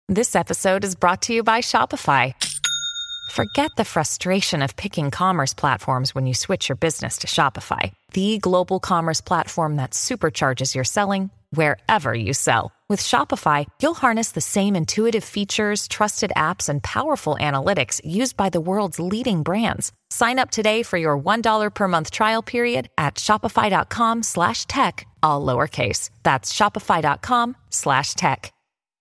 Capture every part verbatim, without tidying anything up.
This episode is brought to you by Shopify. Forget the frustration of picking commerce platforms when you switch your business to Shopify, the global commerce platform that supercharges your selling wherever you sell. With Shopify, you'll harness the same intuitive features, trusted apps, and powerful analytics used by the world's leading brands. Sign up today for your one dollar per month trial period at shopify.com slash tech, all lowercase. That's shopify.com slash tech.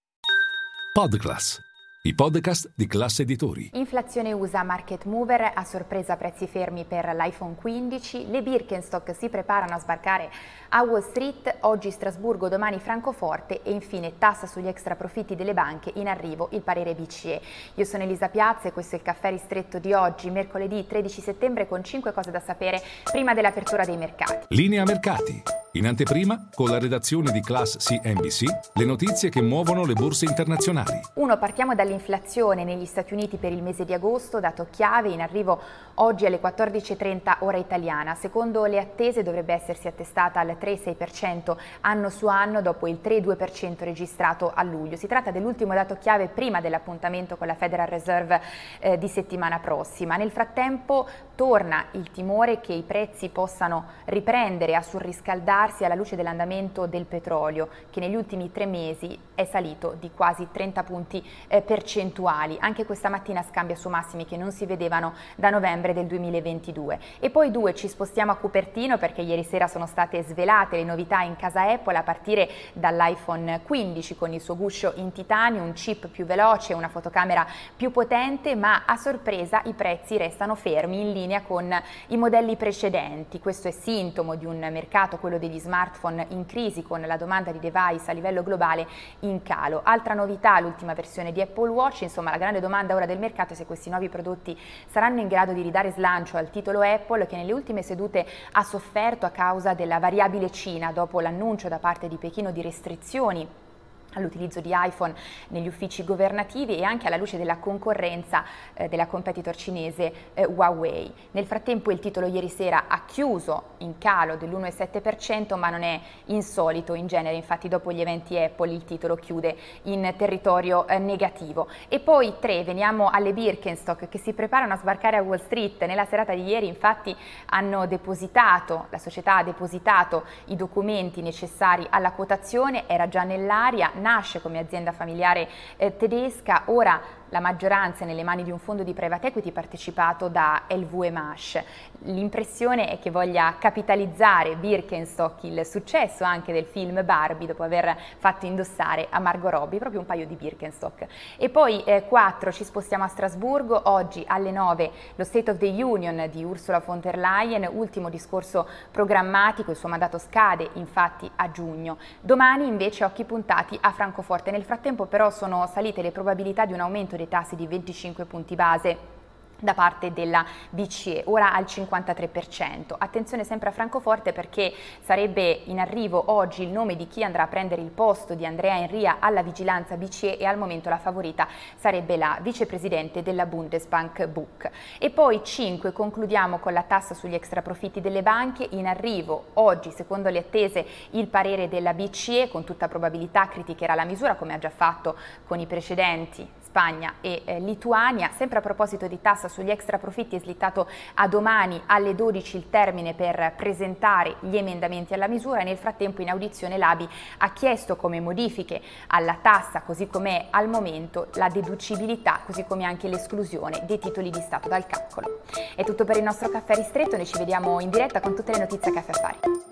Podclass, i podcast di Class Editori. Inflazione U S A market mover, a sorpresa prezzi fermi per l'iPhone quindici, le Birkenstock si preparano a sbarcare a Wall Street, oggi Strasburgo, domani Francoforte e infine tassa sugli extra profitti delle banche, in arrivo il parere B C E. Io sono Elisa Piazza e questo è il caffè ristretto di oggi, mercoledì tredici settembre, con cinque cose da sapere prima dell'apertura dei mercati. Linea mercati. In anteprima, con la redazione di Class C N B C, le notizie che muovono le borse internazionali. Uno, partiamo dall'inflazione negli Stati Uniti per il mese di agosto, dato chiave, in arrivo oggi alle quattordici e trenta ora italiana. Secondo le attese dovrebbe essersi attestata al tre virgola sei per cento anno su anno dopo il tre virgola due per cento registrato a luglio. Si tratta dell'ultimo dato chiave prima dell'appuntamento con la Federal Reserve eh, di settimana prossima. Nel frattempo torna il timore che i prezzi possano riprendere a surriscaldarsi alla luce dell'andamento del petrolio, che negli ultimi tre mesi è salito di quasi trenta punti eh, percentuali. Anche questa mattina scambia su massimi che non si vedevano da novembre del duemilaventidue. E poi due, ci spostiamo a Cupertino perché ieri sera sono state svelate le novità in casa Apple, a partire dall'iPhone quindici con il suo guscio in titanio, un chip più veloce, una fotocamera più potente, ma a sorpresa i prezzi restano fermi in linea con i modelli precedenti. Questo è sintomo di un mercato, quello degli smartphone, in crisi, con la domanda di device a livello globale in calo. Altra novità, l'ultima versione di Apple Watch. Insomma, la grande domanda ora del mercato è se questi nuovi prodotti saranno in grado di ridare slancio al titolo Apple, che nelle ultime sedute ha sofferto a causa della variabile Cina, dopo l'annuncio da parte di Pechino di restrizioni all'utilizzo di iPhone negli uffici governativi e anche alla luce della concorrenza eh, della competitor cinese eh, Huawei. Nel frattempo il titolo ieri sera ha chiuso in calo dell'uno virgola sette per cento, ma non è insolito in genere, infatti dopo gli eventi Apple il titolo chiude in territorio eh, negativo. E poi tre, veniamo alle Birkenstock che si preparano a sbarcare a Wall Street. Nella serata di ieri infatti hanno depositato, la società ha depositato i documenti necessari alla quotazione, era già nell'aria. Nasce come azienda familiare eh, tedesca, ora la maggioranza è nelle mani di un fondo di private equity partecipato da L V M H. L'impressione è che voglia capitalizzare Birkenstock il successo anche del film Barbie, dopo aver fatto indossare a Margot Robbie proprio un paio di Birkenstock. E poi eh, quattro, ci spostiamo a Strasburgo, oggi alle nove lo State of the Union di Ursula von der Leyen, ultimo discorso programmatico, il suo mandato scade infatti a giugno. Domani invece occhi puntati a Francoforte. Nel frattempo però sono salite le probabilità di un aumento dei tassi di venticinque punti base da parte della B C E, ora al cinquantatré per cento. Attenzione sempre a Francoforte perché sarebbe in arrivo oggi il nome di chi andrà a prendere il posto di Andrea Enria alla vigilanza B C E e al momento la favorita sarebbe la vicepresidente della Bundesbank Buch. E poi cinque, concludiamo con la tassa sugli extraprofitti delle banche, in arrivo oggi secondo le attese il parere della B C E, con tutta probabilità criticherà la misura come ha già fatto con i precedenti Spagna e eh, Lituania. Sempre a proposito di tassa sugli extraprofitti, è slittato a domani alle dodici il termine per presentare gli emendamenti alla misura e nel frattempo in audizione l'A B I ha chiesto come modifiche alla tassa, così com'è al momento, la deducibilità, così come anche l'esclusione dei titoli di Stato dal calcolo. È tutto per il nostro caffè ristretto, noi ci vediamo in diretta con tutte le notizie a Caffè Affari.